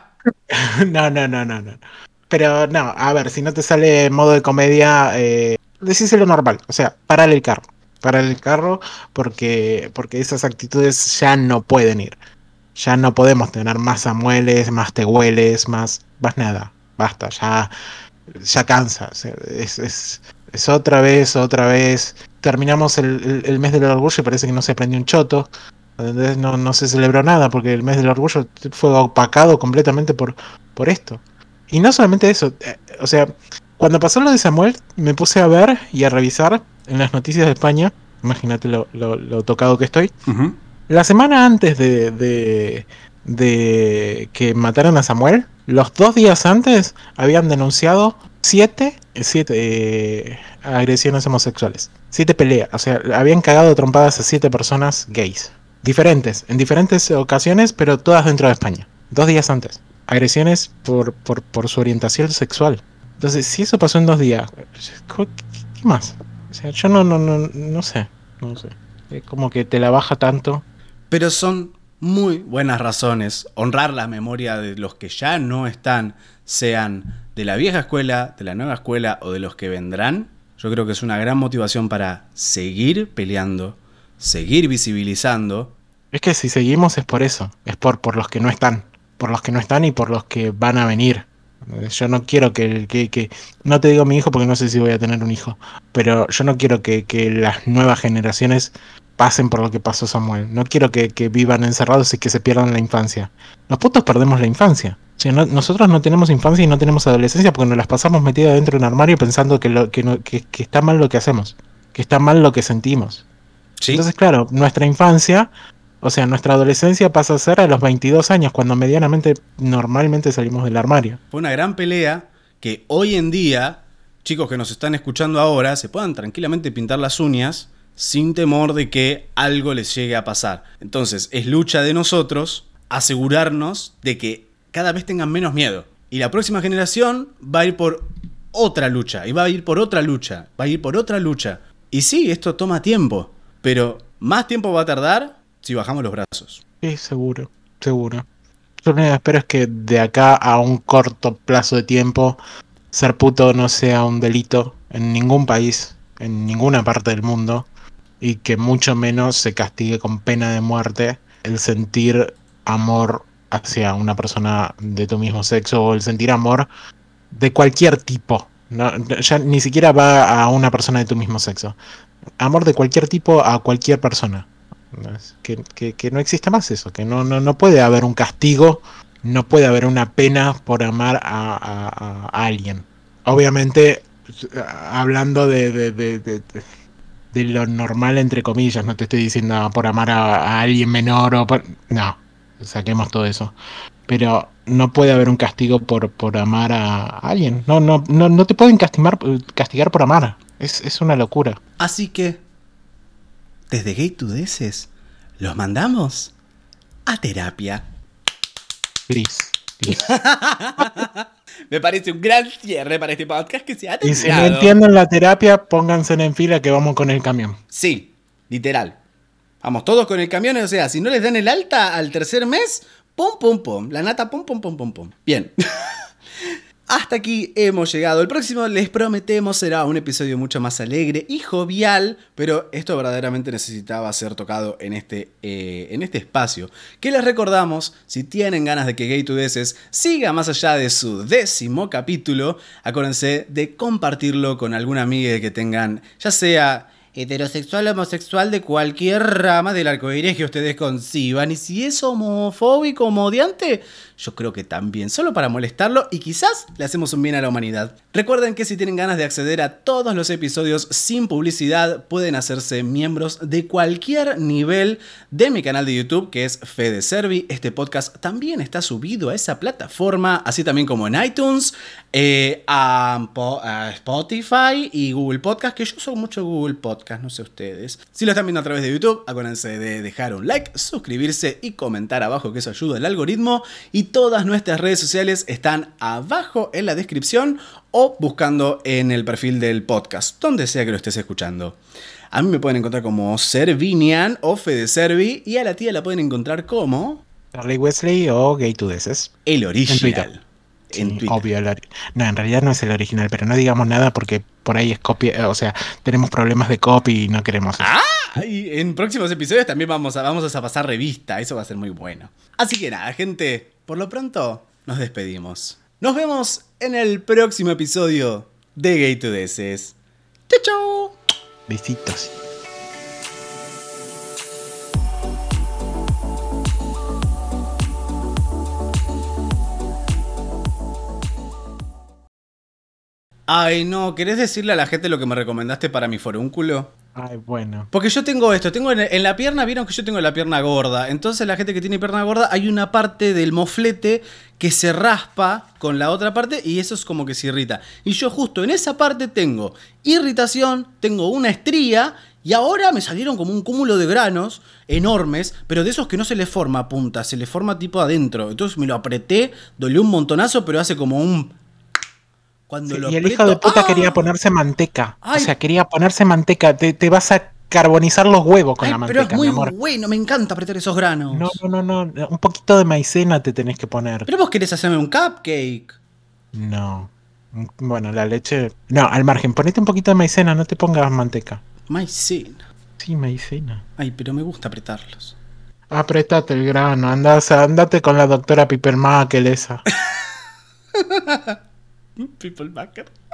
No. Pero no, a ver, si no te sale en modo de comedia, decíselo normal. O sea, parale el carro. Parale el carro porque esas actitudes ya no pueden ir. Ya no podemos tener más Samueles, más Tehueles, más nada. Basta, ya cansa. O sea, es otra vez. Terminamos el mes del orgullo y parece que no se aprendió un choto. ¿Entendés? No se celebró nada porque el mes del orgullo fue opacado completamente por esto. Y no solamente eso, o sea, cuando pasó lo de Samuel, me puse a ver y a revisar en las noticias de España, imagínate lo tocado que estoy. Uh-huh. La semana antes de que mataran a Samuel, los 2 días antes habían denunciado 7 agresiones homosexuales. 7 peleas, o sea, habían cagado trompadas a 7 personas gays. Diferentes, en diferentes ocasiones, pero todas dentro de España. 2 días antes. Agresiones por su orientación sexual. Entonces, si eso pasó en 2 días, ¿qué más? O sea, yo no sé. Es como que te la baja tanto. Pero son muy buenas razones honrar la memoria de los que ya no están, sean de la vieja escuela, de la nueva escuela o de los que vendrán. Yo creo que es una gran motivación para seguir peleando, seguir visibilizando. Es que si seguimos es por eso, es por los que no están, y por los que van a venir. Yo no quiero que no te digo mi hijo porque no sé si voy a tener un hijo, pero yo no quiero que las nuevas generaciones pasen por lo que pasó Samuel. No quiero que vivan encerrados y que se pierdan la infancia. Los putos perdemos la infancia. O sea, nosotros no tenemos infancia y no tenemos adolescencia porque nos las pasamos metidas dentro de un armario pensando que está mal lo que hacemos, que está mal lo que sentimos. ¿Sí? Entonces, claro, nuestra infancia, o sea, nuestra adolescencia pasa a ser a los 22 años, cuando normalmente salimos del armario. Fue una gran pelea que hoy en día, chicos que nos están escuchando ahora, se puedan tranquilamente pintar las uñas sin temor de que algo les llegue a pasar. Entonces, es lucha de nosotros asegurarnos de que cada vez tengan menos miedo. Y la próxima generación va a ir por otra lucha, y va a ir por otra lucha, va a ir por otra lucha. Y sí, esto toma tiempo, pero más tiempo va a tardar si bajamos los brazos. Sí, seguro. Yo lo único que espero es que de acá a un corto plazo de tiempo ser puto no sea un delito en ningún país, en ninguna parte del mundo, y que mucho menos se castigue con pena de muerte el sentir amor hacia una persona de tu mismo sexo o el sentir amor de cualquier tipo. No, ya ni siquiera va a una persona de tu mismo sexo. Amor de cualquier tipo a cualquier persona. Que no existe más eso, que no puede haber un castigo, no puede haber una pena por amar a alguien. Obviamente, hablando de lo normal, entre comillas, no te estoy diciendo por amar a alguien menor o no, saquemos todo eso. Pero no puede haber un castigo por amar a alguien. No te pueden castigar por amar. Es una locura. Así que, desde Gay to Deces, los mandamos a terapia. Gris. Me parece un gran cierre para este podcast que se ha terminado. Y si no entienden la terapia, pónganse en fila que vamos con el camión. Sí, literal. Vamos todos con el camión, o sea, si no les dan el alta al 3er mes, pum. La nata, pum. Bien. Hasta aquí hemos llegado. El próximo, les prometemos, será un episodio mucho más alegre y jovial, pero esto verdaderamente necesitaba ser tocado en este espacio. Que les recordamos, si tienen ganas de que Gay to Deces siga más allá de su 10º capítulo, acuérdense de compartirlo con alguna amiga que tengan, ya sea heterosexual, homosexual, de cualquier rama del arcoíris que ustedes conciban. Y si es homofóbico o odiante, yo creo que también, solo para molestarlo y quizás le hacemos un bien a la humanidad. Recuerden que si tienen ganas de acceder a todos los episodios sin publicidad, pueden hacerse miembros de cualquier nivel de mi canal de YouTube, que es Fede Servi. Este podcast también está subido a esa plataforma, así también como en iTunes, a Spotify y Google Podcast, que yo uso mucho Google Podcast, no sé ustedes. Si lo están viendo a través de YouTube, acuérdense de dejar un like, suscribirse y comentar abajo, que eso ayuda al algoritmo. Y todas nuestras redes sociales están abajo en la descripción o buscando en el perfil del podcast, donde sea que lo estés escuchando. A mí me pueden encontrar como Servinian o Fede Servi, y a la tía la pueden encontrar como Charlie Wesley o Gay to Deces. el original. Sí, obvio. No, en realidad no es el original, pero no digamos nada porque por ahí es copia, o sea, tenemos problemas de copy y no queremos eso. Y en próximos episodios también vamos a pasar revista, eso va a ser muy bueno. Así que nada, gente, por lo pronto nos despedimos. Nos vemos en el próximo episodio de Gay to Deces. ¡Chau, chau! Besitos. Ay, no, ¿querés decirle a la gente lo que me recomendaste para mi forúnculo? Ay, bueno. Porque yo tengo esto, tengo en la pierna, vieron que yo tengo la pierna gorda. Entonces la gente que tiene pierna gorda, hay una parte del moflete que se raspa con la otra parte y eso es como que se irrita. Y yo justo en esa parte tengo irritación, tengo una estría y ahora me salieron como un cúmulo de granos enormes, pero de esos que no se les forma punta, se les forma tipo adentro. Entonces me lo apreté, dolió un montonazo, pero hace como un... Cuando Sí, lo y el aprieto, hijo de puta quería ponerse manteca. Ay. O sea, quería ponerse manteca. Te vas a carbonizar los huevos con Ay, la pero manteca, es muy mi amor. bueno, me encanta apretar esos granos. No. Un poquito de maicena te tenés que poner. Pero vos querés hacerme un cupcake. No. Bueno, la leche... No, al margen, ponete un poquito de maicena, no te pongas manteca. Maicena. Sí, maicena. Ay, pero me gusta apretarlos. Apretate el grano, andate con la doctora Pipermakel esa. People Backer.